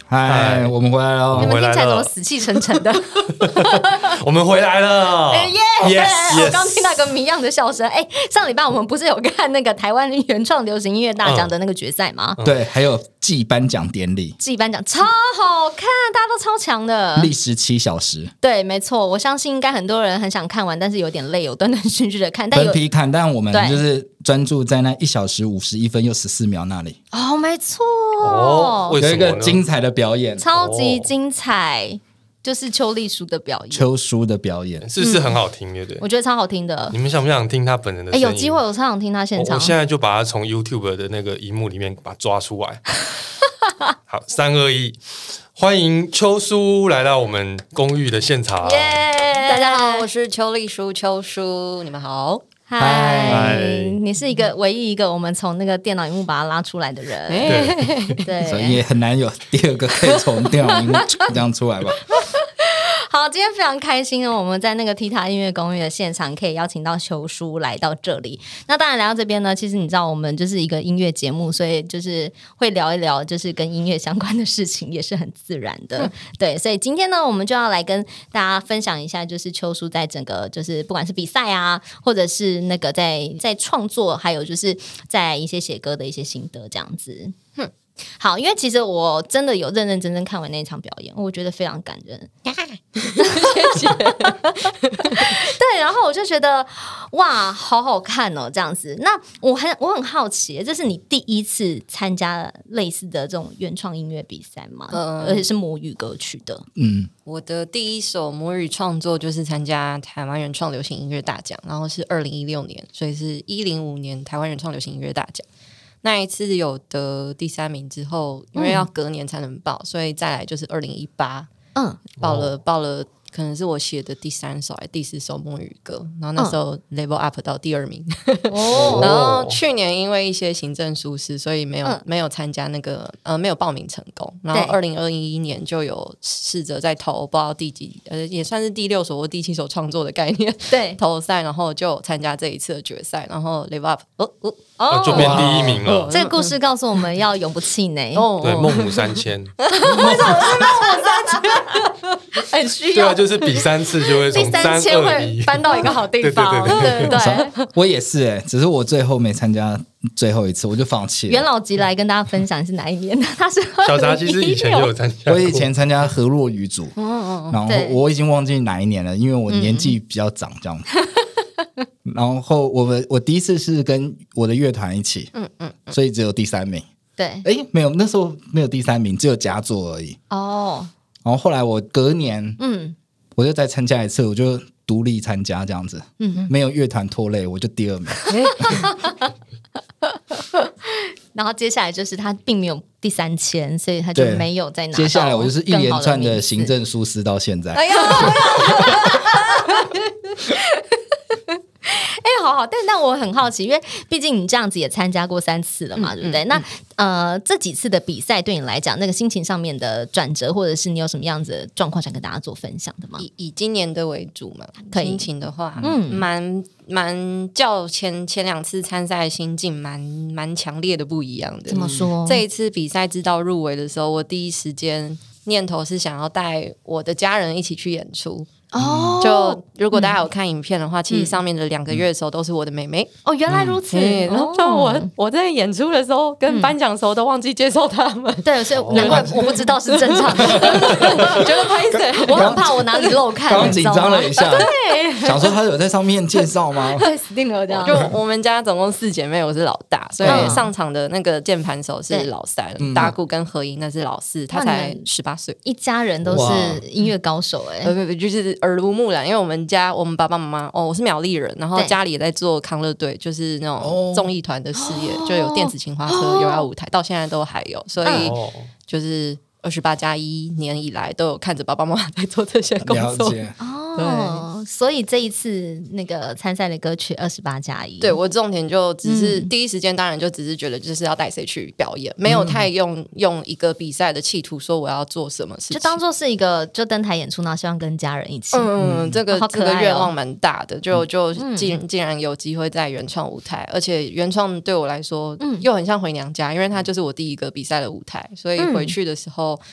嗨，我们回来了。 你们听起来怎么死气沉沉的？ 我们回来了 ！Yes！ 我刚听到一个谜样的笑声。上礼拜我们不是有看那个台湾原创流行音乐大奖的那个决赛吗？ 对，还有暨颁奖典礼。 暨颁奖超好看，大家都超强的， 历时7小时。 对，没错，我相信应该很多人很想看完，但是有点累，有断断续续的看。 分批看，但我们就是专注在那1小时51分又14秒那里。 哦，没错。 有一个精彩的表演， 超级精彩。就是邱丽书的表演， 邱书的表演是不是很好听？对不对？ 我觉得超好听的。 你们想不想听他本人的声音？ 有机会我超想听他现场。 我现在就把他从 YouTube 的那个荧幕里面把他抓出来。好，3、2、1，欢迎邱书来到我们公寓的现场。 大家好，我是邱丽书，邱书，你们好。 嗨，你是唯一一个我们从那个电脑荧幕把它拉出来的人， 对，所以也很难有第二个可以从电脑荧幕这样出来吧。 好，今天非常开心哦！我们在那个 Tita 音乐公寓的现场，可以邀请到邱书来到这里。那当然来到这边呢，其实你知道我们就是一个音乐节目，所以就是会聊一聊，就是跟音乐相关的事情，也是很自然的。对，所以今天呢，我们就要来跟大家分享一下，就是邱书在整个就是不管是比赛啊，或者是那个在创作，还有就是在一些写歌的一些心得，这样子。好，因为其实我真的有认认真真看完那一场表演，我觉得非常感人。谢谢。对，然后我就觉得哇，好好看哦，这样子。那我很好奇，这是你第一次参加类似的这种原创音乐比赛吗？而且是母语歌曲的。 我的第一首母语创作就是参加台湾原创流行音乐大奖，然后是2016年，所以是105年台湾原创流行音乐大奖。那一次有得第3名之后，因为要隔年才能报，所以再来就是2018，报了，可能是我写的第3首还第4首母语歌，然后那时候 level up 到第2名。然后去年因为一些行政疏失，所以没有参加那个没有报名成功。然后2021年就有试着在投，不知道第几也算是第6首或第7首创作的概念，对，投赛，然后就参加这一次的决赛，然后 level up， 就变第1名了。 这个故事告诉我们要永不气馁。 对，孟母三迁。 为什么是孟母三迁？很需要。 对啊，就是比3次就会从3、2、1 搬到一个好地方。对， 我也是只是我最后没参加最后一次，我就放弃了。 元老级来跟大家分享是哪一年？他是小杂其实以前就有参加， 我以前参加河洛语组，然后我已经忘记哪一年了，因为我年纪比较长这样。然后我第一次是跟我的乐团一起，所以只有第3名。 对， 没有，那时候没有第3名，只有佳作而已。然后后来我隔年，我就再参加一次，我就独立参加这样子，没有乐团拖累，我就第2名。 然后接下来就是他并没有第3签，所以他就没有再拿到。 接下来我就是一连串的行政疏失到现在。哎呀！ 好，但我很好奇，因为毕竟你这样子也参加过3次了嘛，对不对？那这几次的比赛对你来讲，那个心情上面的转折，或者是你有什么样子的状况想跟大家做分享的吗？ 以今年的为主嘛，心情的话，蛮较前2次参赛的心境蛮强烈的不一样的。 怎么说？ 这一次比赛知道入围的时候，我第一时间念头是想要带我的家人一起去演出。就如果大家有看影片的话，其实上面的2个乐手都是我的妹妹。 原来如此。 然后我在演出的时候跟颁奖的时候都忘记介绍他们。 对，所以难怪我不知道是正常的。觉得拍谁？我很怕我哪里漏看。 刚紧张了一下，对，想说他有在上面介绍吗？ 对，死定了这样。 就我们家总共4姐妹，我是老大，所以上场的那个键盘手是老3，打鼓跟和音那是老4，他才18岁。 一家人都是音乐高手就是耳濡目染，因为我们爸爸妈妈我是苗栗人，然后家里也在做康乐队，就是那种综艺团的事业，就有电子青花车、有舞台，到现在都还有，所以就是28+1年以来都有看着爸爸妈妈在做这些工作。 所以这一次那个参赛的歌曲28+1， 对，我重点就只是第一时间当然就只是觉得就是要带谁去表演，没有太用一个比赛的企图说我要做什么事情， 就当做是一个就登台演出，然后希望跟家人一起。 这个愿望蛮大的，就竟然有机会在原创舞台，而且原创对我来说又很像回娘家，因为它就是我第一个比赛的舞台，所以回去的时候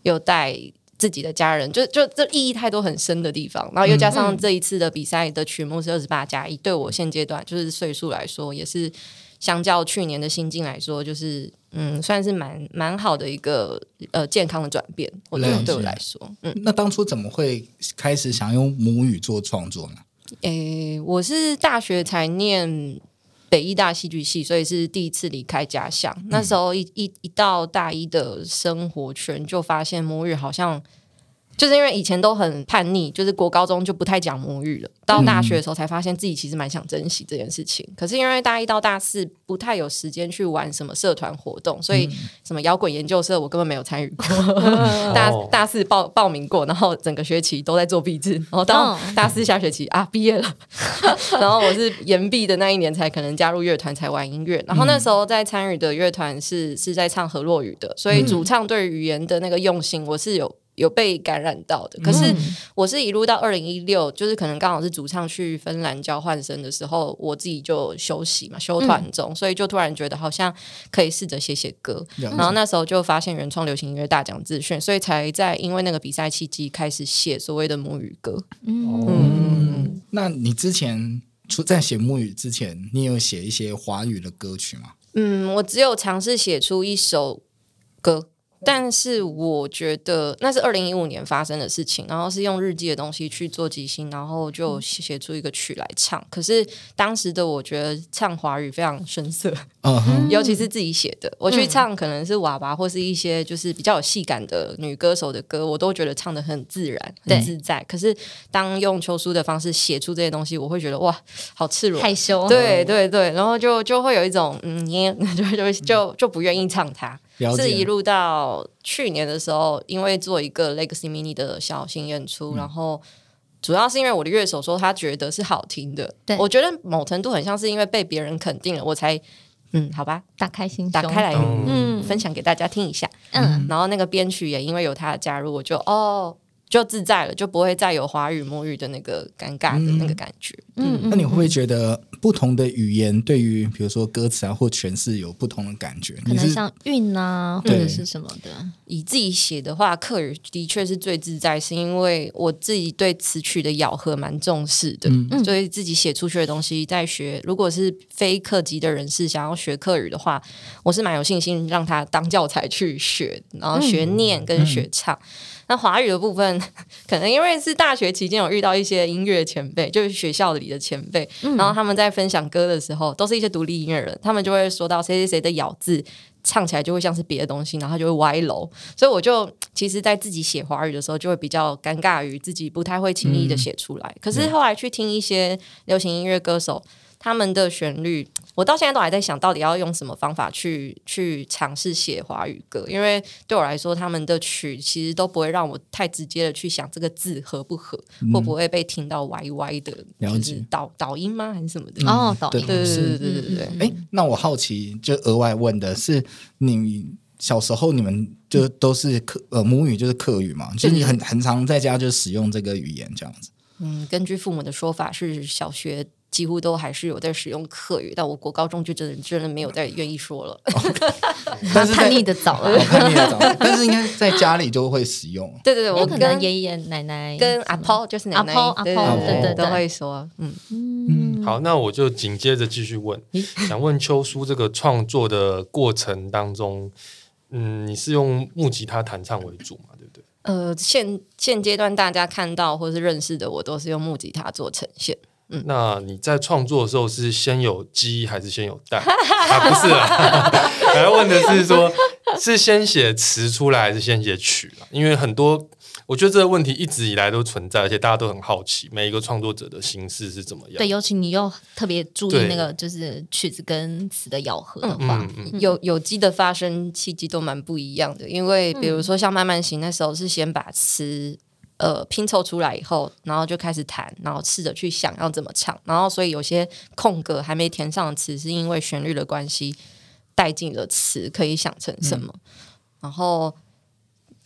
有带自己的家人，就这意义太多很深的地方，然后又加上这一次的比赛的曲目是28+1，对我现阶段就是岁数来说，也是相较去年的心境来说，就是算是蛮好的一个健康的转变，我觉得对我来说。 那当初怎么会开始想用母语做创作呢？ 我是大学才念北艺大戏剧系，所以是第一次离开家乡。那时候一到大一的生活圈，就发现母语好像就是因为以前都很叛逆，就是国高中就不太讲母语了。到大学的时候才发现自己其实蛮想珍惜这件事情。可是因为大一到大四不太有时间去玩什么社团活动，所以什么摇滚研究社我根本没有参与过。大四报名过，然后整个学期都在做毕制，然后到大四下学期毕业了，然后我是延毕的那一年才可能加入乐团才玩音乐。然后那时候在参与的乐团是在唱河洛语的，所以主唱对语言的那个用心我是有被感染到的。可是我是一路到2016，就是可能刚好是主唱去芬兰交换生的时候，我自己就休息嘛，休团中，所以就突然觉得好像可以试着写歌。然后那时候就发现原创流行音乐大奖资讯，所以才在因为那个比赛契机开始写所谓的母语歌。 那你之前在写母语之前，你有写一些华语的歌曲吗？ 我只有尝试写出一首歌，但是我觉得那是2015年发生的事情，然后是用日记的东西去做即兴，然后就写出一个曲来唱。可是当时的我觉得唱华语非常生涩，尤其是自己写的，我去唱可能是娃娃或是一些就是比较有戏感的女歌手的歌，我都觉得唱得很自然很自在。可是当用秋书的方式写出这些东西，我会觉得哇好赤裸害羞， 对，然后就会有一种就不愿意唱它。是一路到去年的时候，因为做一个 Legacy Mini 的小型演出，然后主要是因为我的乐手说他觉得是好听的，我觉得某程度很像是因为被别人肯定了，我才好吧， 打开心胸， 打开来分享给大家听一下。然后那个编曲也因为有他的加入，我就自在了，就不会再有华语母语的那个尴尬的那个感觉。 那你会不会觉得不同的语言对于比如说歌词或诠释有不同的感觉？ 可能像韵或者是什么的。 以自己写的话，客语的确是最自在，是因为我自己对词曲的咬合蛮重视的，所以自己写出去的东西在学。如果是非客籍的人士想要学客语的话，我是蛮有信心让他当教材去学，然后学念跟学唱。那华语的部分，可能因为是大学期间有遇到一些音乐前辈，就是学校里的前辈，然后他们在分享歌的时候，都是一些独立音乐人，他们就会说到谁谁谁的咬字唱起来就会像是别的东西，然后他就会歪楼。所以我就其实在自己写华语的时候，就会比较尴尬于自己不太会轻易的写出来。可是后来去听一些流行音乐歌手，他们的旋律，我到现在都还在想到底要用什么方法去尝试写华语歌，因为对我来说他们的曲其实都不会让我太直接的去想这个字合不合，会不会被听到歪歪的，就是导音吗还是什么的？ 导音， 对。 那我好奇就额外问的是，你小时候你们就都是母语就是客语嘛，就是你很常在家就使用这个语言这样子。 根据父母的说法是小学几乎都还是有在使用客语，但我国高中就真的没有再愿意说了。 但是叛逆的早了， 叛逆的早，但是应该在家里就会使用。 对，我可能爷爷奶奶跟阿婆就是奶奶对都会说。 好，那我就紧接着继续问，想问秋书这个创作的过程当中，你是用木吉他弹唱为主嘛？对不对？ 现阶段大家看到或是认识的我都是用木吉他做呈现。 那你在创作的时候是先有鸡还是先有蛋？不是啦，我要问的是说，是先写词出来还是先写曲啦？因为很多，我觉得这个问题一直以来都存在，而且大家都很好奇每一个创作者的形式是怎么样。 对，尤其你又特别注意那个就是曲子跟词的咬合的话， 有机的发生契机都蛮不一样的。因为比如说像慢慢行那时候是先把词拼凑出来以后，然后就开始弹，然后试着去想要怎么唱，然后所以有些空格还没填上的词是因为旋律的关系带进了词可以想成什么。然后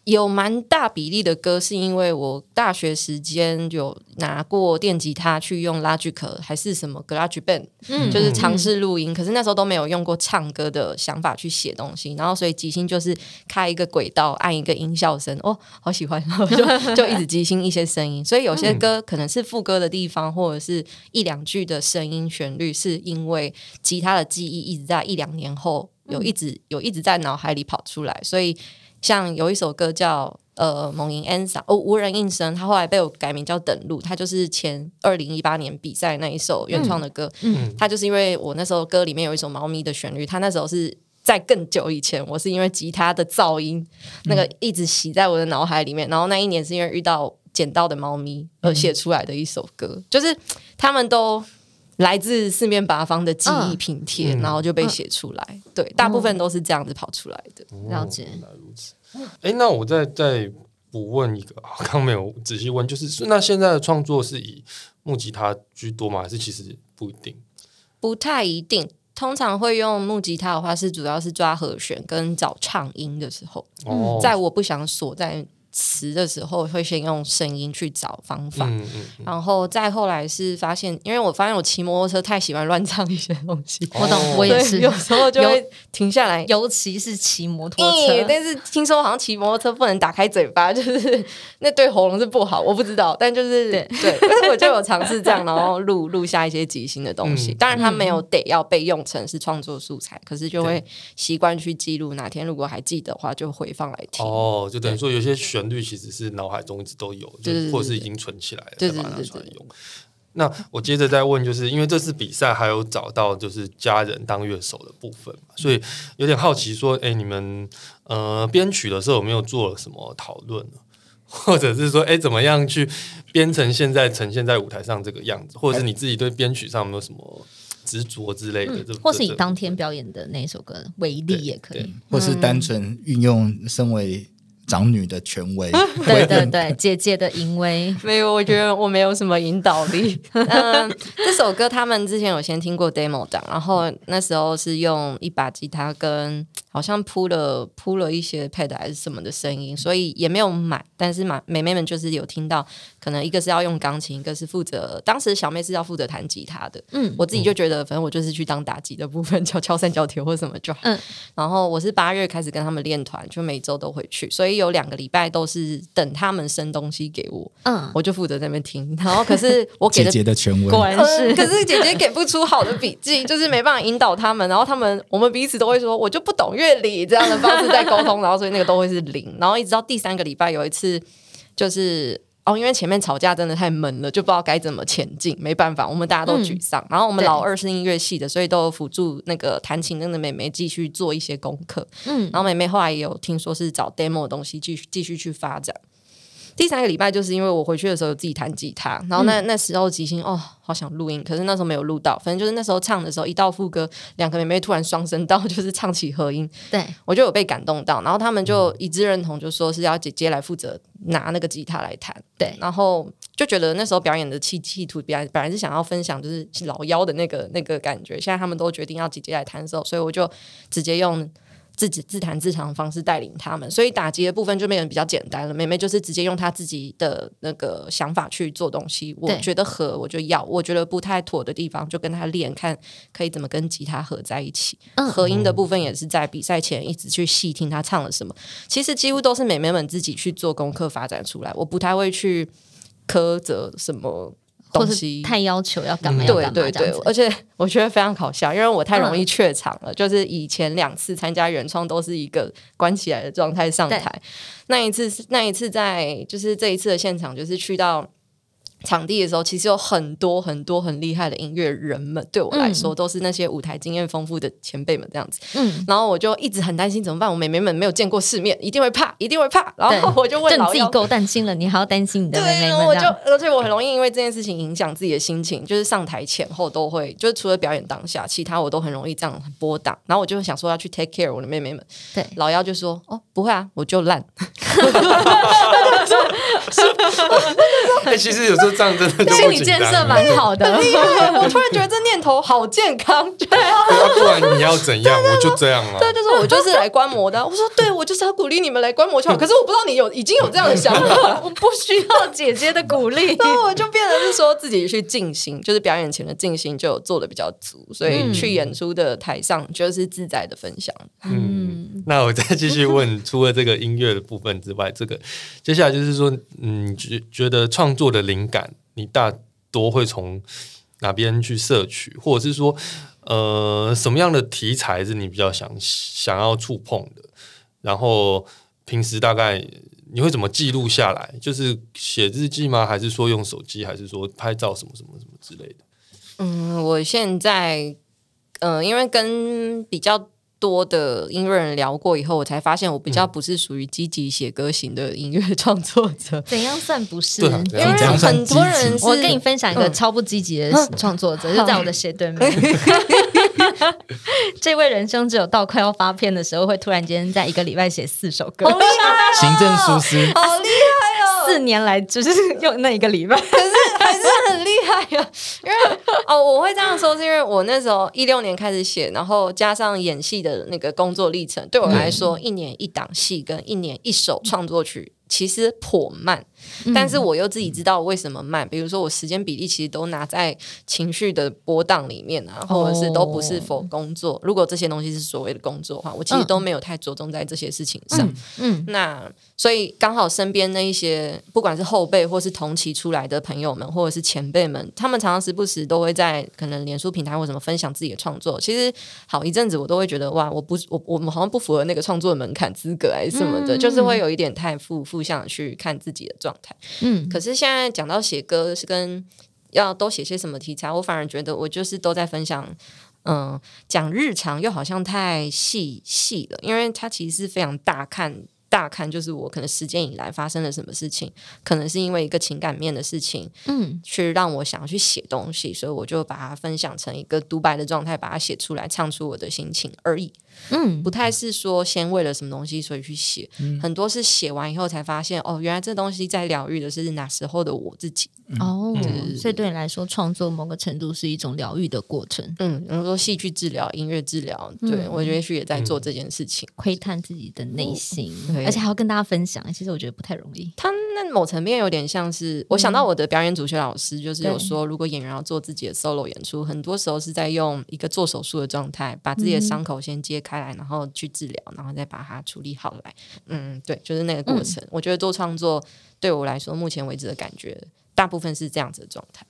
有蛮大比例的歌是因为我大学时间有拿过电吉他去用 Logic 还是什么 GarageBand，就是尝试录音，可是那时候都没有用过唱歌的想法去写东西，然后所以即兴就是开一个轨道按一个音效声，好喜欢，然后就一直即兴一些声音，所以有些歌可能是副歌的地方或者是一两句的声音旋律是因为吉他的记忆一直在1-2年后有一直在脑海里跑出来，所以像有一首歌叫猛银 Ansa 无人应声，它后来被我改名叫等路，它就是前2018年比赛那一首原创的歌，它就是因为我那时候歌里面有一首猫咪的旋律，它那时候是在更久以前，我是因为吉他的噪音那个一直洗在我的脑海里面，然后那一年是因为遇到捡到的猫咪而写出来的一首歌，就是他们都来自四面八方的记忆拼贴，然后就被写出来。对，大部分都是这样子跑出来的。 了解。 原来如此。那我再补问一个，刚没有仔细问，就是那现在的创作是以木吉他居多吗？还是其实不一定？ 不太一定。通常会用木吉他的话，是主要是抓和弦跟找唱音的时候。在我不想锁在词的时候，会先用声音去找方法，然后再后来是发现，因为我发现我骑摩托车太喜欢乱唱一些东西， 我懂，我也是， 有时候就会停下来， 尤其是骑摩托车。 但是听说好像骑摩托车不能打开嘴巴，就是那对喉咙是不好，我不知道，但就是对，我就有尝试这样，然后录下一些即兴的东西。当然，它没有得要被用成是创作素材，可是就会习惯去记录，哪天如果还记得的话，就回放来听。 就等于说有些旋律其实是脑海中一直都有，或者是已经存起来了，再把它拿出来用。那我接着再问，就是因为这次比赛还有找到就是家人当乐手的部分嘛，所以有点好奇说，你们编曲的时候有没有做了什么讨论呢？或者是说，怎么样去编成现在呈现在舞台上这个样子？或者是你自己对编曲上有没有什么执着之类的？ 或是以当天表演的那首歌为例也可以， 或是单纯运用身为长女的权威， 对，姐姐的淫威。 没有，我觉得我没有什么引导力。这首歌他们之前有先听过 demo 档，然后那时候是用一把吉他跟好像铺了一些 pad 还是什么的声音，所以也没有买，但是妹妹们就是有听到，可能一个是要用钢琴，一个是当时小妹是要负责弹吉他的，我自己就觉得反正我就是去当打击的部分，敲三角铁或什么就好。然后我是8月开始跟他们练团，就每周都回去，所以有2个礼拜都是等他们生东西给我，我就负责在那边听。然后可是我给姐姐的权威， 果然是， 可是姐姐给不出好的笔记，就是没办法引导他们。然后我们彼此都会说，我就不懂乐理这样的方式在沟通，然后所以那个都会是0。然后一直到第3个礼拜有一次，就是因为前面吵架真的太闷了，就不知道该怎么前进，没办法，我们大家都沮丧。然后我们老2是音乐系的，所以都有辅助那个弹琴的妹妹继续做一些功课。然后妹妹后来也有听说是找 demo 的东西继续去发展。第3个礼拜就是因为我回去的时候有自己弹吉他，然后那时候即兴好想录音，可是那时候没有录到，反正就是那时候唱的时候一到副歌2个妹妹突然双声道，就是唱起和音，对，我就有被感动到，然后他们就一致认同，就说是要姐姐来负责拿那个吉他来弹，对，然后就觉得那时候表演的企图本来是想要分享就是老幺的那个感觉，现在他们都决定要姐姐来弹的时候，所以我就直接用自弹自唱的方式带领他们，所以打击的部分就变得比较简单了。妹妹就是直接用她自己的那个想法去做东西，我觉得合我就要，我觉得不太妥的地方就跟她练，看可以怎么跟吉他合在一起。合音的部分也是在比赛前一直去细听她唱了什么，其实几乎都是妹妹们自己去做功课发展出来，我不太会去苛责什么东西， 太要求要干嘛要干嘛，对， 而且我觉得非常搞笑，因为我太容易怯场了，就是以前2次参加原创都是一个关起来的状态上台，那一次在就是这一次的现场，就是去到场地的时候，其实有很多很多很厉害的音乐人们，对我来说都是那些舞台经验丰富的前辈们这样子。然后我就一直很担心怎么办，我妹妹们没有见过世面，一定会怕。然后我就问老幺， 就你自己够担心了，你还要担心你的妹妹们。 而且我很容易因为这件事情影响自己的心情，就是上台前后都会，就是除了表演当下，其他我都很容易这样波荡。然后我就想说要去 take care 我的妹妹们，对，老幺就说不会啊，我就烂。 其实有时候这样真的就心不紧张理建设蛮好的。 我突然觉得这念头好健康，对啊， 对啊，不然你要怎样，我就这样啊。 对，就是我就是来观摩的。我说对，我就是要鼓励你们来观摩就好。可是我不知道你已经有这样的想法， 我不需要姐姐的鼓励， 然后我就变成是说自己去静心，就是表演前的静心就有做的比较足，所以去演出的台上就是自在的分享。 那我再继续问，除了这个音乐的部分之外，这个接下来就是说，觉得创作的灵感，你大多会从哪边去摄取，或者是说，什么样的题材是你比较想要触碰的？然后平时大概你会怎么记录下来？就是写日记吗？还是说用手机？还是说拍照什么什么什么之类的？ 我现在因为跟比较多的音乐人聊过以后，我才发现我比较不是属于积极写歌型的音乐创作者。 怎样算不是？ 对啊因为很多人是， 我跟你分享一个超不积极的创作者，就在我的斜对面。这位人生只有到快要发片的时候，会突然间在1个礼拜写4首歌， 好厉害行政疏失， 好厉害哦！ 4年来就是用那1个礼拜。 可是还是很厉害呀、因为我会这样说，是因为我那时候16年开始写，然后加上演戏的那个工作历程，对我来说，1年1档戏跟1年1首创作曲。其实颇慢，但是我又自己知道为什么慢。比如说，我时间比例其实都拿在情绪的波荡里面啊，或者是都不是否工作。如果这些东西是所谓的工作的话，我其实都没有太着重在这些事情上。那所以刚好身边那一些，不管是后辈或是同期出来的朋友们，或者是前辈们，他们常常时不时都会在可能脸书平台或什么分享自己的创作。其实好一阵子，我都会觉得哇，我们好像不符合那个创作的门槛资格还是什么的，就是会有一点太负向去看自己的状态。可是现在讲到写歌是跟要都写些什么题材，我反而觉得我就是都在分享。讲日常又好像太细了，因为它其实是非常大看，就是我可能时间以来发生了什么事情，可能是因为一个情感面的事情，去让我想要去写东西，所以我就把它分享成一个独白的状态，把它写出来，唱出我的心情而已。不太是说先为了什么东西所以去写，很多是写完以后才发现，哦，原来这东西在疗愈的是哪时候的我自己。 所以对你来说，创作某个程度是一种疗愈的过程。 比如说戏剧治疗、音乐治疗，对我觉得也许也在做这件事情， 窥探自己的内心，而且还要跟大家分享。其实我觉得不太容易。 他那某层面有点像是，我想到我的表演主学老师就是有说，如果演员要做自己的 solo 演出，很多时候是在用一个做手术的状态，把自己的伤口先揭开来，然后去治疗，然后再把它处理好来。对，就是那个过程。我觉得做创作对我来说，目前为止的感觉。大部分是这样子的状态。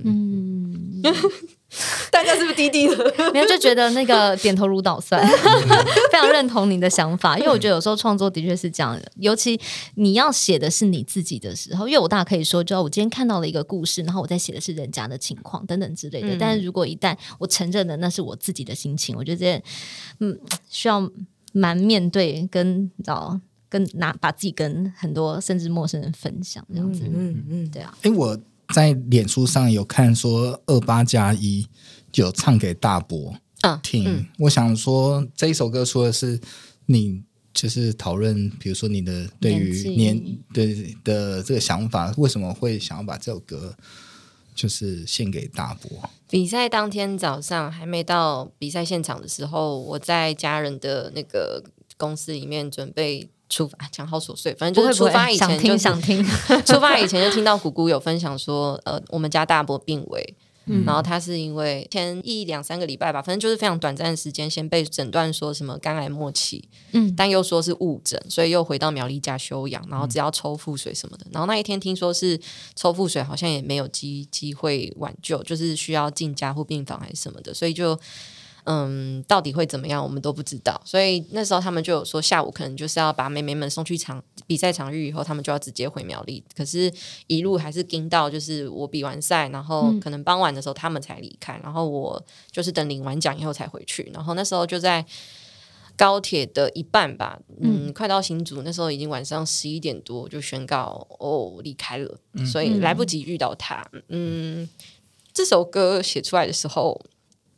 大家是不是低低的？ 没有，就觉得那个点头如捣蒜，非常认同你的想法。因为我觉得有时候创作的确是这样的，尤其你要写的是你自己的时候，因为我大可以说，就我今天看到了一个故事，然后我在写的是人家的情况等等之类的。但是如果一旦我承认的那是我自己的心情，我觉得需要蛮面对跟把自己跟很多甚至陌生人分享这样子。对啊。 我在脸书上有看说28+1有唱给大伯听，我想说这一首歌除了是你就是讨论，比如说你的对于的这个想法，为什么会想要把这首歌就是献给大伯？ 比赛当天早上还没到比赛现场的时候，我在家人的那个公司里面准备出发，讲好琐碎，反正就是出发以前就想听出发以前就听到姑姑有分享说，我们家大伯病危。然后他是因为前1-2-3个礼拜吧，反正就是非常短暂的时间，先被诊断说什么肝癌末期，但又说是误诊，所以又回到苗栗家休养，然后只要抽腹水什么的。然后那一天听说是抽腹水，好像也没有机会挽救，就是需要进加护病房还是什么的，所以就到底会怎么样，我们都不知道。所以那时候他们就有说，下午可能就是要把妹妹们送去比赛场域以后，他们就要直接回苗栗。可是一路还是盯到，就是我比完赛，然后可能傍晚的时候他们才离开，然后我就是等领完奖以后才回去。然后那时候就在高铁的一半吧，快到新竹，那时候已经晚上11点多，就宣告离开了，所以来不及遇到他。这首歌写出来的时候。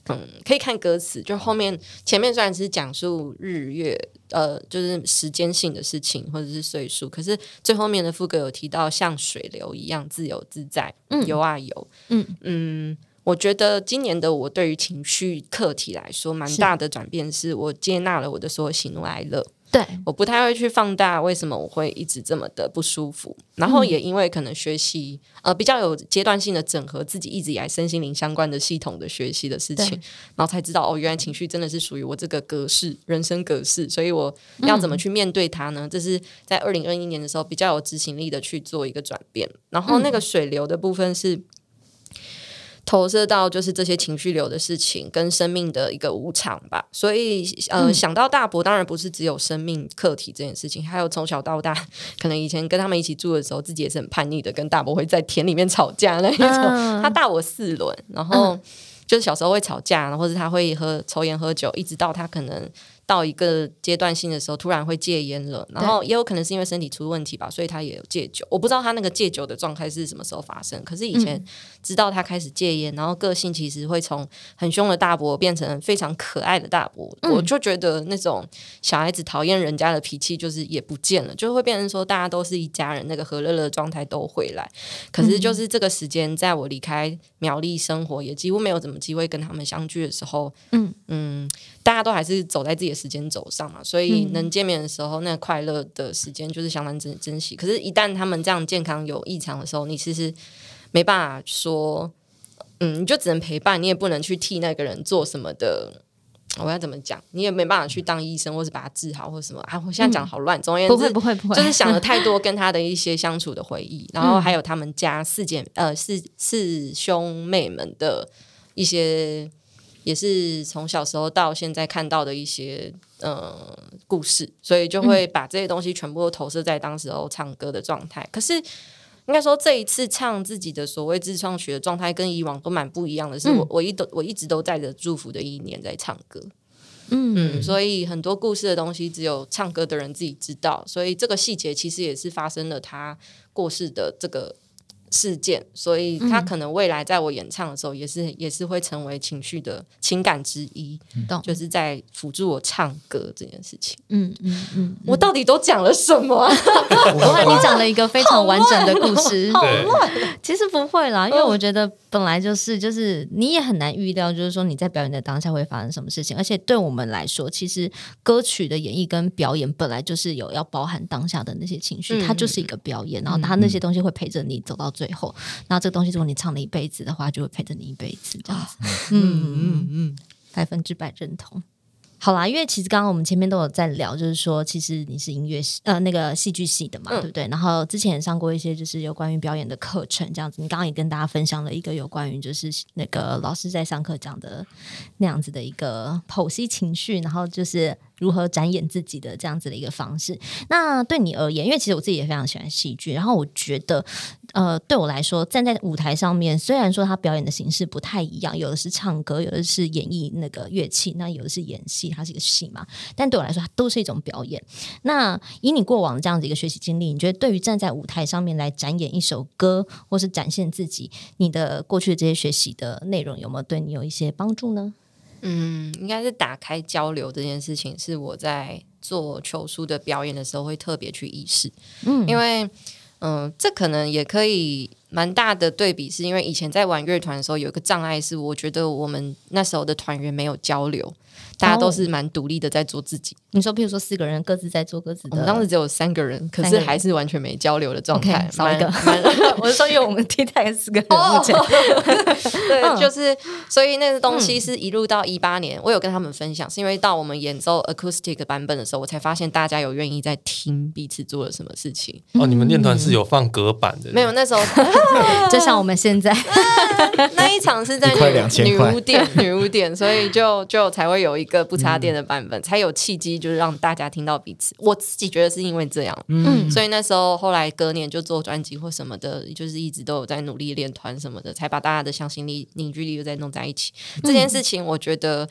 可以看歌词，就前面虽然是讲述日月就是时间性的事情或者是岁数，可是最后面的副歌有提到像水流一样自由自在，游啊游。我觉得今年的我对于情绪课题来说蛮大的转变，是我接纳了我的所有喜怒哀乐。 对， 我不太会去放大为什么我会一直这么的不舒服，然后也因为可能学习比较有阶段性的整合自己一直以来身心灵相关的系统的学习的事情，然后才知道原来情绪真的是属于我这个格式人生格式，所以我要怎么去面对它呢？这是在2021年的时候比较有执行力的去做一个转变。然后那个水流的部分是投射到就是这些情绪流的事情跟生命的一个无常吧，所以想到大伯当然不是只有生命课题这件事情，还有从小到大可能以前跟他们一起住的时候自己也是很叛逆的，跟大伯会在田里面吵架那一种，他大我4轮，然后就是小时候会吵架，然后或者他会抽烟喝酒，一直到他可能到一个阶段性的时候突然会戒烟了，然后也有可能是因为身体出问题吧，所以他也有戒酒。我不知道他那个戒酒的状态是什么时候发生，可是以前知道他开始戒烟，然后个性其实会从很凶的大伯变成非常可爱的大伯，我就觉得那种小孩子讨厌人家的脾气就是也不见了，就会变成说大家都是一家人，那个和乐乐的状态都回来。可是就是这个时间在我离开苗栗生活也几乎没有怎么机会跟他们相聚的时候，大家都还是走在自己的时间轴上嘛，所以能见面的时候那快乐的时间就是相当珍惜。可是一旦他们这样健康有异常的时候，你其实没办法说你就只能陪伴，你也不能去替那个人做什么的，我要怎么讲，你也没办法去当医生或是把他治好或什么我现在讲好乱，总而言之不会就是想了太多跟他的一些相处的回忆然后还有他们家四兄妹们的一些也是从小时候到现在看到的一些故事，所以就会把这些东西全部都投射在当时候唱歌的状态。可是应该说这一次唱自己的所谓自创曲的状态跟以往都蛮不一样的是，我一直都带着祝福的意念在唱歌。所以很多故事的东西只有唱歌的人自己知道，所以这个细节其实也是发生了他过世的这个事件，所以他可能未来在我演唱的时候也是会成为情绪的情感之一，就是在辅助我唱歌这件事情。我到底都讲了什么我看你讲了一个非常完整的故事好乱其实不会啦，因为我觉得本来就是你也很难预料就是说你在表演的当下会发生什么事情，而且对我们来说其实歌曲的演绎跟表演本来就是有要包含当下的那些情绪，它就是一个表演，然后它那些东西会陪着你走到最后，那这个东西如果你唱了一辈子的话就会陪着你一辈子这样子。100%认同。好啦，因为其实刚刚我们前面都有在聊，就是说其实你是音乐系那个戏剧系的嘛，对不对？然后之前也上过一些就是有关于表演的课程这样子，你刚刚也跟大家分享了一个有关于就是那个老师在上课讲的那样子的一个剖析情绪，然后就是如何展演自己的这样子的一个方式。那对你而言，因为其实我自己也非常喜欢戏剧，然后我觉得对我来说站在舞台上面，虽然说他表演的形式不太一样，有的是唱歌，有的是演绎那个乐器，那有的是演戏，它是一个戏嘛，但对我来说它都是一种表演。那以你过往这样子一个学习经历，你觉得对于站在舞台上面来展演一首歌或是展现自己，你的过去的这些学习的内容有没有对你有一些帮助呢？ 应该是打开交流这件事情是我在做球书的表演的时候会特别去意识。因为这可能也可以蛮大的对比，是因为以前在玩乐团的时候有一个障碍是我觉得我们那时候的团员没有交流，大家都是蛮独立的在做自己。 你说譬如说4个人各自在做各自的， 我们当时只有3个人，可是还是完全没交流的状态， 少一个我是说因为我们 T 台4个人目前对，就是所以那个东西是一路到18年我有跟他们分享，是因为到我们演奏 acoustic 版本的时候，我才发现大家有愿意在听彼此做了什么事情。 你们练团是有放隔板的？ 没有，那时候就像我们现在那一场是在女巫店，所以就才会有一个不插电的版本，才有契机就是让大家听到彼此。我自己觉得是因为这样，所以那时候后来隔年就做专辑或什么的，就是一直都有在努力练团什么的，才把大家的向心力凝聚力又再弄在一起。这件事情我觉得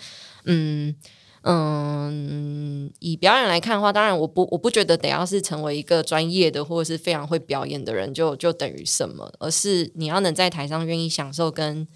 以表演来看的话，当然我不觉得得要是成为一个专业的或者是非常会表演的人就等于什么，而是你要能在台上愿意享受跟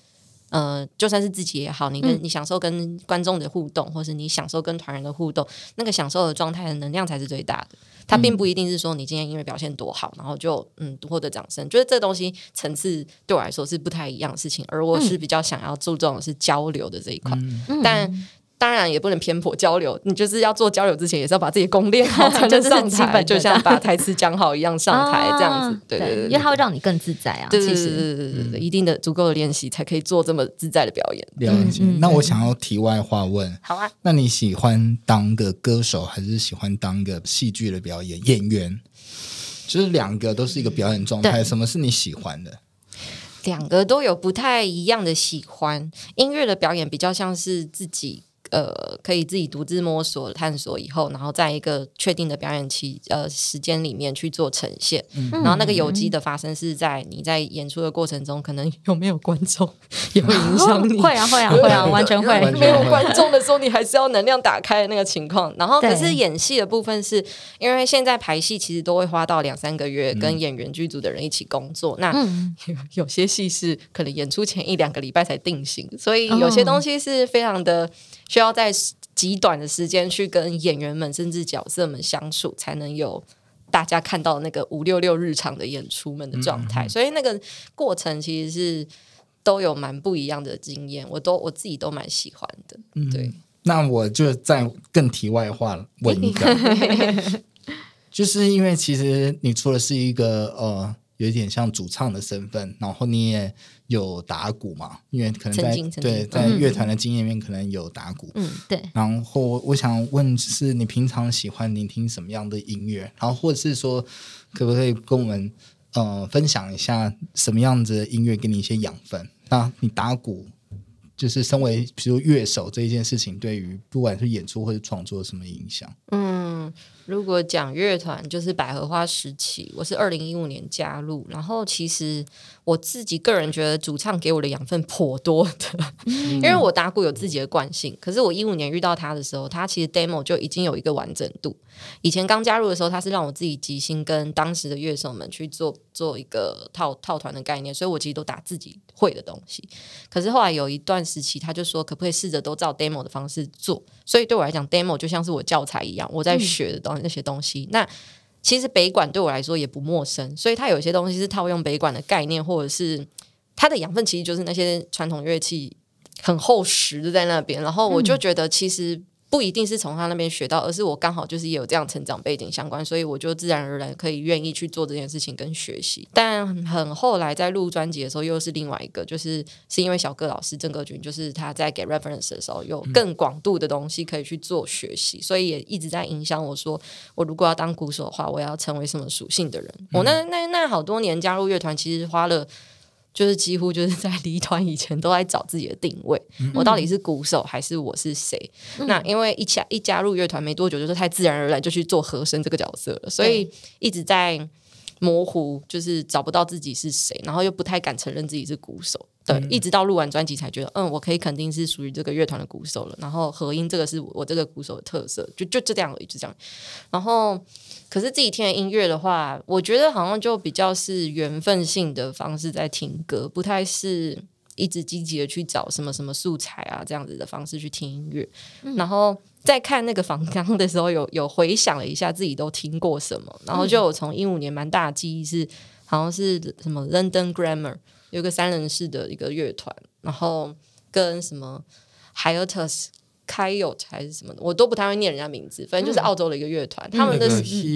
就算是自己也好，你享受跟观众的互动，或是你享受跟团员的互动，那个享受的状态的能量才是最大的。它并不一定是说你今天音乐表现多好，然后就获得掌声，就是这东西层次对我来说是不太一样的事情，而我是比较想要注重的是交流的这一块，但当然也不能偏颇交流，你就是要做交流之前也是要把自己功练好才能上台，就像把台词讲好一样上台这样子。对， 因为它会让你更自在啊。 对，一定的足够的练习才可以做这么自在的表演。 了解。那我想要题外话问， 好啊， 那你喜欢当个歌手还是喜欢当个戏剧的表演演员？就是两个都是一个表演状态，什么是你喜欢的？ 两个都有不太一样的喜欢。音乐的表演比较像是自己可以自己独自摸索探索以后，然后在一个确定的表演时间里面去做呈现，然后那个有机的发生是在你在演出的过程中，可能有没有观众也会影响你。 会啊，完全会。 没有观众的时候，你还是要能量打开的那个情况。然后可是演戏的部分是因为现在排戏其实都会花到2-3个月，跟演员剧组的人一起工作。那有些戏是可能演出前1-2个礼拜才定型，所以有些东西是非常的需要在极短的时间去跟演员们甚至角色们相处，才能有大家看到那个566日常的演出们的状态，所以那个过程其实是都有蛮不一样的经验，我自己都蛮喜欢的。对， 那我就再更题外话问一个，就是因为其实你除了是一个有一点像主唱的身份，然后你也有打鼓嘛，因为可能在乐团的经验里面可能有打鼓， 对。 然后我想问是你平常喜欢聆听什么样的音乐，然后或者是说可不可以跟我们分享一下什么样子的音乐给你一些养分？那你打鼓就是身为比如乐手这一件事情，对于不管是演出或者创作有什么影响？ 如果讲乐团，就是百合花时期，我是2015年加入，然后其实我自己个人觉得主唱给我的养分颇多的，因为我打鼓有自己的惯性，可是我15年遇到他的时候，他其实 demo 就已经有一个完整度。以前刚加入的时候，他是让我自己即兴跟当时的乐手们去做一个套团的概念，所以我其实都打自己会的东西。可是后来有一段时期，他就说可不可以试着都照 demo 的方式做，所以对我来讲 demo 就像是我教材一样，我在学的那些东西。那其实北管对我来说也不陌生，所以它有一些东西是套用北管的概念，或者是它的养分其实就是那些传统乐器很厚实的在那边，然后我就觉得其实不一定是从他那边学到，而是我刚好就是也有这样成长背景相关，所以我就自然而然可以愿意去做这件事情跟学习。但很后来在录专辑的时候又是另外一个，是因为小哥老师郑格君，就是他在给 reference 的时候有更广度的东西可以去做学习，所以也一直在影响我说我如果要当鼓手的话，我要成为什么属性的人。我那好多年加入乐团，其实花了就是几乎就是在离团以前都在找自己的定位，我到底是鼓手还是我是谁？那因为一加入乐团没多久，就是太自然而然就去做和声这个角色了，所以一直在模糊，就是找不到自己是谁，然后又不太敢承认自己是鼓手。对，一直到录完专辑才觉得，我可以肯定是属于这个乐团的鼓手了。然后和音这个是我这个鼓手的特色，就这样而已，就这样。然后，可是自己听的音乐的话，我觉得好像就比较是缘分性的方式在听歌，不太是一直积极的去找什么什么素材啊这样子的方式去听音乐。然后在看那个访纲的时候，有回想了一下自己都听过什么，然后就有从15年蛮大的记忆是，好像是什么 London Grammar。有个3人式的一个乐团，然后跟什么 Hiatus Coyote 还是什么的，我都不太会念人家名字，反正就是澳洲的一个乐团，他们的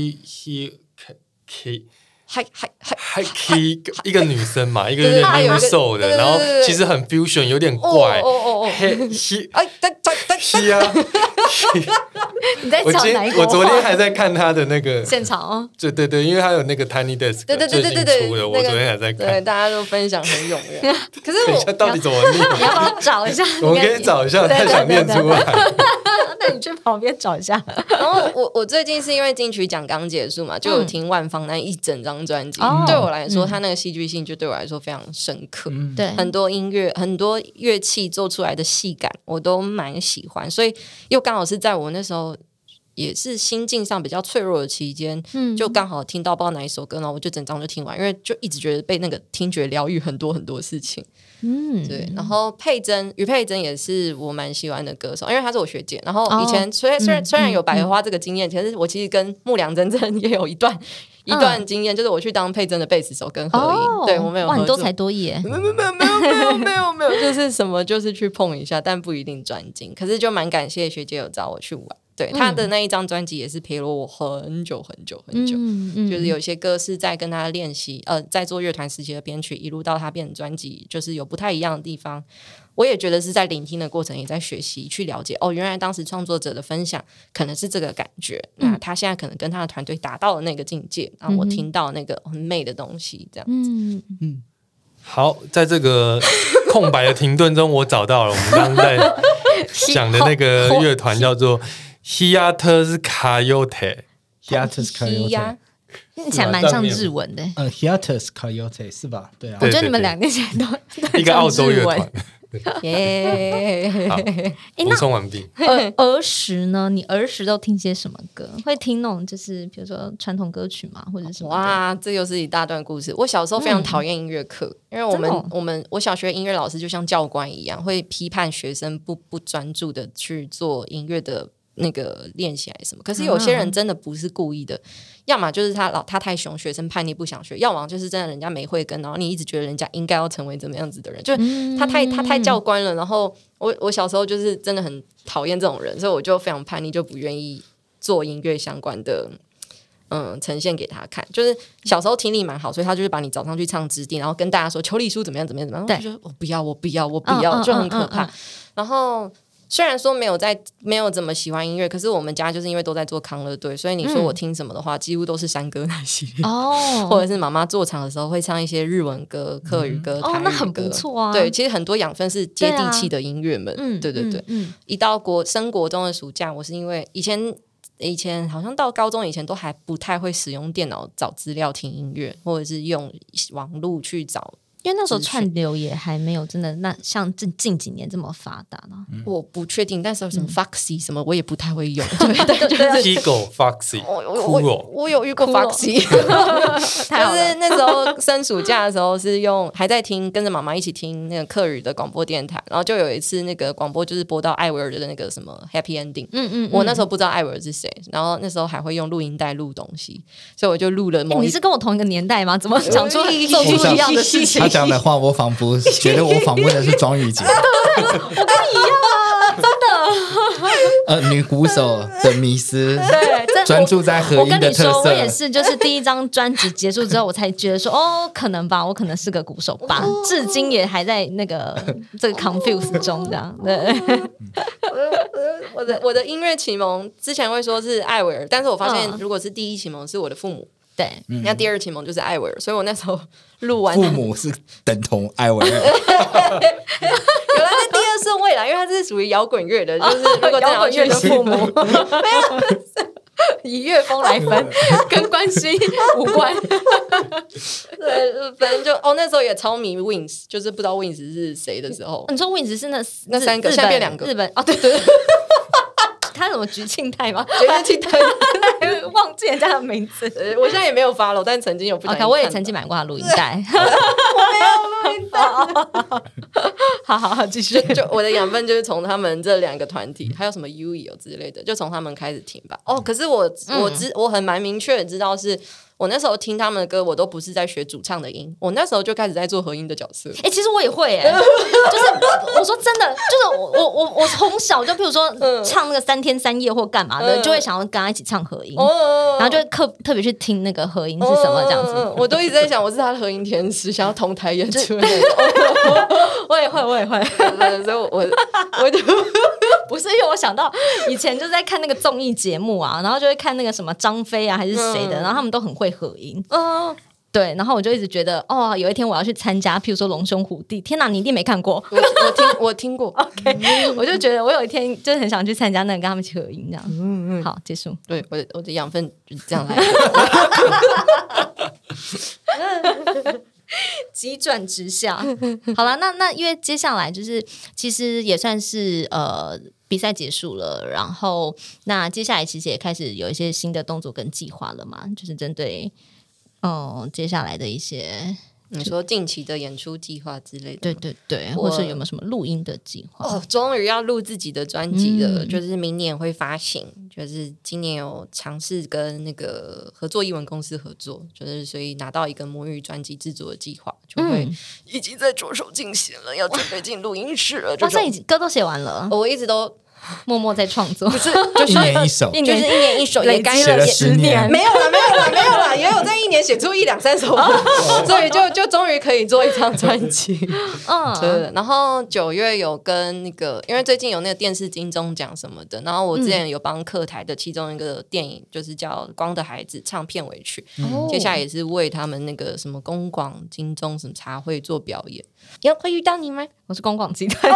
一个女生嘛，一个有点女瘦的，然后其实很 fusion， 有点怪。 你在讲哪一个？ 我昨天还在看他的那个现场哦。 对，因为他有那个 Tiny Desk， 最近出的，我昨天还在看。 对，大家都分享很踊跃。可是我到底怎么念？ 你要不要找一下？ 我们可以找一下，太想念出来。 那你去旁边找一下。 然后我最近是因为金曲奖刚结束嘛，就有听万芳那一整张专辑。对我来说，他那个戏剧性就对我来说非常深刻。 对， 很多音乐、很多乐器做出来的戏感，我都蛮喜欢。所以又刚好是在我那时候也是心境上比较脆弱的期间，就刚好听到不知道哪一首歌，然后我就整张就听完，因为就一直觉得被那个听觉疗愈很多很多事情。对。然后于佩珍也是我蛮喜欢的歌手，因为她是我学姐。然后以前虽然有百合花这个经验，其实我其实跟木良真真也有一段经验，就是我去当佩珍的贝斯手跟合音。对，我们有合作。 哇，你多才多艺耶！ 没有，就是什么就是去碰一下，但不一定专精。可是就蛮感谢学姐有找我去玩。对，他的那一张专辑也是陪了我很久，就是有一些歌是在跟他练习，在做乐团时期的编曲，一路到他变成专辑，就是有不太一样的地方。我也觉得是在聆听的过程，也在学习去了解。原来当时创作者的分享可能是这个感觉，那他现在可能跟他的团队达到了那个境界，然后我听到那个很美的东西，这样子。 好，在这个空白的停顿中，我找到了我们刚刚在讲的那个乐团叫做 Hiatus Coyote。Hiatus Coyote 听起来蛮像日文的。 Hiatus Coyote 是吧？对啊， 我觉得你们俩听起来都一个澳洲乐团。 好， 补充完毕。 儿时呢？你儿时都听些什么歌？会听那种就是比如说传统歌曲吗？或者什么？ 哇，这又是一大段故事。我小时候非常讨厌音乐课，因为我小学音乐老师就像教官一样，会批判学生不专注的去做音乐的那个练习还是什么。可是有些人真的不是故意的，要么就是他太凶，学生叛逆不想学；要么就是真的人家没慧根，然后你一直觉得人家应该要成为怎么样子的人，就是他太教官了。然后我小时候就是真的很讨厌这种人，所以我就非常叛逆，就不愿意做音乐相关的呈现给他看。就是小时候听力蛮好，所以他就是把你找上去唱指定，然后跟大家说求李叔怎么样怎么样怎么样，我就说我不要，就很可怕。然后虽然说没有怎么喜欢音乐，可是我们家就是因为都在做康乐队，所以你说我听什么的话，几乎都是山歌那系列或者是妈妈做场的时候会唱一些日文歌、客语歌、台语歌， 那很不错啊。 对，其实很多养分是接地气的音乐们。对。一到升国中的暑假，我是因为以前好像到高中以前都还不太会使用电脑找资料听音乐，或者是用网路去找。 因为那时候串流也还没有真的像近几年这么发达呢。 我不确定，但是有什么 Foxy 什么我也不太会用。 Tigo Foxy， 我有遇过 Foxy， 就是那时候升暑假的时候是还在跟着妈妈一起听那个客语的广播电台，然后就有一次那个广播就是播到艾薇儿的那个什么 Happy Ending，我那时候不知道艾薇儿是谁，然后那时候还会用录音带录东西，所以我就录了你是跟我同一个年代吗？怎么讲出做出一样的事情？ 讲的话，我仿佛觉得我访问的是庄玉洁。 我跟你一样啊，真的。女鼓手的迷思， 对， 专注在和音的特色。 我跟你说，我也是，就是第一张专辑结束之后，我才觉得说，可能吧，我可能是个鼓手吧，至今也还在这个 confuse 中，这样。对。 我的音乐启蒙之前会说是艾薇儿，但是我发现如果是第一启蒙是我的父母。 对， 那第二启蒙就是艾薇儿，所以我那时候录完， 父母是等同艾薇儿。 有了，在第二顺位啦，因为它是属于摇滚乐的，就是如果摇滚乐的父母，没有以乐风来分，跟关系无关。 对，反正就那时候也超迷 Wings， 就是不知道 Wings 是谁的时候。 你说 Wings 是那三个，现在变两个， 日本对。他什么菊庆太吗？ 菊庆太忘记人家的名字。 我现在也没有 follow， 但曾经有不小心看到。 我也曾经买过他录音带。 我没有录音带。 好，继续。 就我的养分就是从他们这两个团体，还有什么 UE 之类的，就从他们开始听吧。可是我很蛮明确的知道是。我那时候听他们的歌，我都不是在学主唱的音，我那时候就开始在做和音的角色。 其实我也会就是我说真的，就是我从小就，譬如说唱那个3天3夜或干嘛的，就会想要跟他一起唱和音，然后就会特别去听那个和音是什么这样子。 我都一直在想，我是他的和音天使，想要同台演出。 我也会， 所以我就不是因为我想到以前就在看那个综艺节目啊，然后就会看那个什么张飞啊还是谁的，然后他们都很会合音。对，然后我就一直觉得有一天我要去参加，譬如说龙兄虎弟，天哪，你一定没看过。 我听过。 OK， 我就觉得我有一天就是很想去参加那个，跟他们一起合音这样。好，结束。 对，我的养分就是这样来的。急转直下。好了，那因为接下来就是其实也算是比赛结束了，然后那接下来其实也开始有一些新的动作跟计划了嘛，就是针对接下来的一些。 你说近期的演出计划之类的， 对对对，或是有没有什么录音的计划？ 终于要录自己的专辑了，就是明年会发行。就是今年有尝试跟那个合作艺文公司合作，就是所以拿到一个母语专辑制作的计划，就会已经在着手进行了，要准备进录音室了。 哇，这歌都写完了， 我一直都。 默默在创作， 不是就是一年一首， 就是一年一首，也该写了10年， 没有了，也有在一年写出1、2、3首，所以就终于可以做一张专辑。对。然后9月有跟那个，因为最近有那个电视金钟奖什么的，然后我之前有帮客台的其中一个电影，就是叫《光的孩子》唱片尾曲，接下来也是为他们那个什么公广金钟什么茶会做表演。会遇到你吗？ 我是公广集团。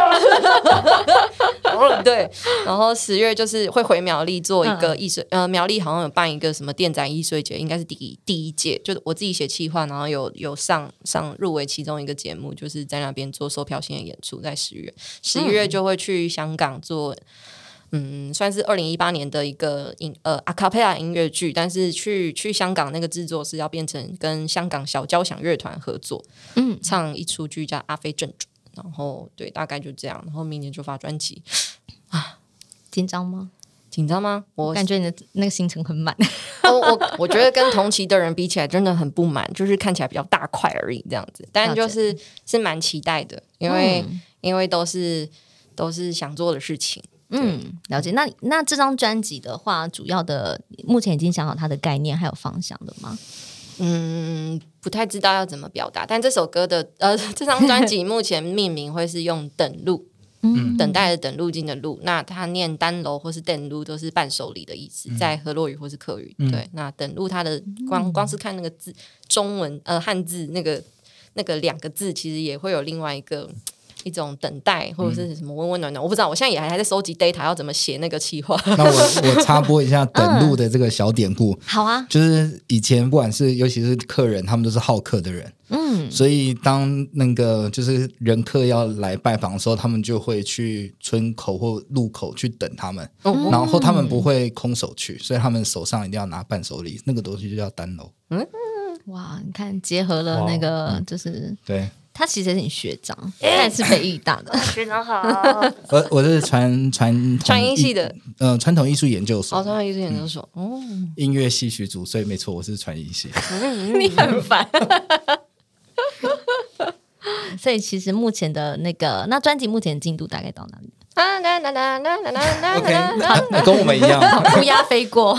对，然后10月就是会回苗栗做一个艺术，苗栗好像有办一个什么电展艺术节，应该是第一届，就是我自己写企划，然后有上入围其中一个节目，就是在那边做售票性的演出，在10月，11月就会去香港做。算是2018年的一个阿卡贝拉音乐剧，但是去香港那个制作是要变成跟香港小交响乐团合作，唱一出剧叫《阿飞正传》，然后对，大概就这样，然后明年就发专辑。 紧张吗？ 紧张吗？ 我感觉你的那个行程很满。 我觉得跟同期的人比起来，真的很不满，就是看起来比较大块而已这样子，但就是蛮期待的，因为都是想做的事情。 了解。那这张专辑的话，主要的目前已经想好它的概念还有方向了吗？ 不太知道要怎么表达，但这首歌的这张专辑目前命名会是用等路，等待的等，路径的路。那它念单楼或是等路都是伴手礼的意思，在河洛语或是客语。对，那等路它的光是看那个字，中文汉字那个2个字，其实也会有另外一种等待或者是什么温温暖暖，我不知道，我现在也还在收集 data 要怎么写那个企划。 那我插播一下等路的这个小典故。 好啊， 就是以前不管是尤其是客人，他们都是好客的人，所以当那个就是人客要来拜访的时候，他们就会去村口或路口去等他们，然后他们不会空手去，所以他们手上一定要拿伴手礼，那个东西就叫单楼。 哇，你看结合了那个就是对。 他其实是你学长，他也是北艺大的。 学长好， 我是传音系的， 传统艺术研究所。 传统艺术研究所， 音乐系学组，所以没错，我是传音系。 你很烦。所以其实目前的那专辑目前进度大概到哪里 ？OK， 跟我们一样， 乌鸦飞过。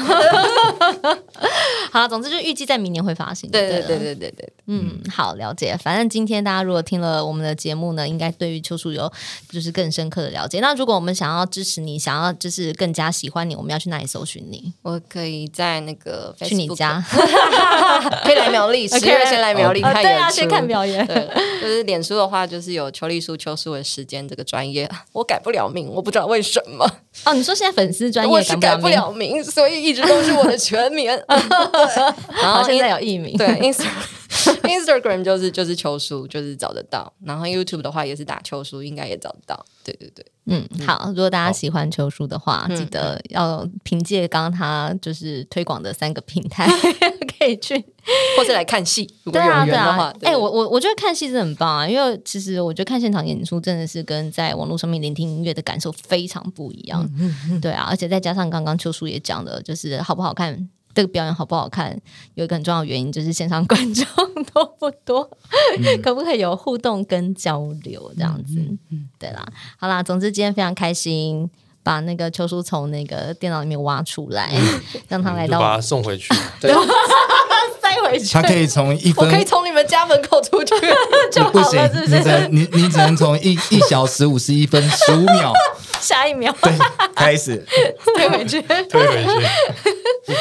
好，总之就预计在明年会发行。 对。 好，了解。反正今天大家如果听了我们的节目呢，应该对于秋树有就是更深刻的了解。那如果我们想要支持你，想要就是更加喜欢你，我们要去哪里搜寻你？ 我可以在那个 Facebook， 去你家， 可以来苗栗，10月先来苗栗看演出。 对啊，先看表演。 对，就是脸书的话，就是有邱丽书秋树的时间这个专业，我改不了名，我不知道为什么。 你说现在粉丝专业我是改不了名，所以一直都是我的全名。然后现在有艺名， 对Instagram 就是秋树，就是找得到。然后 YouTube 的话也是打秋树，应该也找得到。对。 好，如果大家喜欢秋树的话，记得要凭借刚刚他就是推广的3个平台可以去， 或是来看戏。如果有缘的话， 我觉得看戏真的很棒啊，因为其实我觉得看现场演出真的是跟在网络上面聆听音乐的感受非常不一样。对啊，而且再加上刚刚秋树也讲了，就是好不好看。这个表演好不好看，有一个很重要的原因就是线上观众多不多，可不可以有互动跟交流这样子？对啦，好啦，总之今天非常开心，把那个秋树从那个电脑里面挖出来，让他来到， 把他送回去， 对，塞回去。 他可以从1分， 我可以从你们家门口出去就好了，是不是？ 你只能从1小时51分15秒。 下一秒对，开始退回去。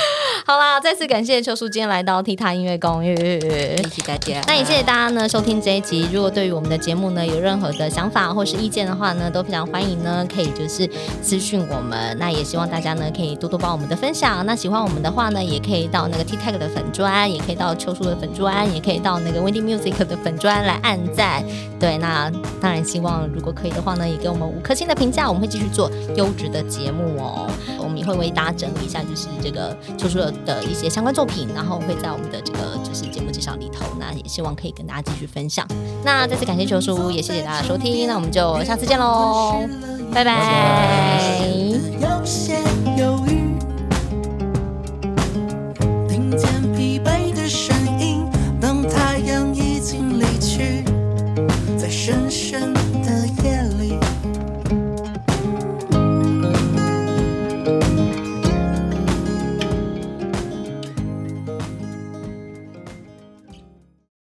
好啦，再次感谢邱淑今天来到踢踏音乐公寓， 谢谢大家。 那也谢谢大家呢收听这一集。如果对于我们的节目呢有任何的想法或是意见的话呢，都非常欢迎呢可以就是私讯我们。那也希望大家呢可以多多帮我们的分享。那喜欢我们的话呢，也可以到那个 TikTok 的粉专，也可以到邱淑的粉专，也可以到那个 Windy Music 的粉专来按赞。对，那当然希望如果可以的话呢，也给我们5颗星的评价，我们会继续做优质的节目哦。我们也会为大家整理一下，就是这个邱淑的一些相关作品，然后会在我们的这个就是节目介绍里头。那也希望可以跟大家继续分享。那再次感谢邱淑，也谢谢大家收听。那我们就下次见喽，拜拜。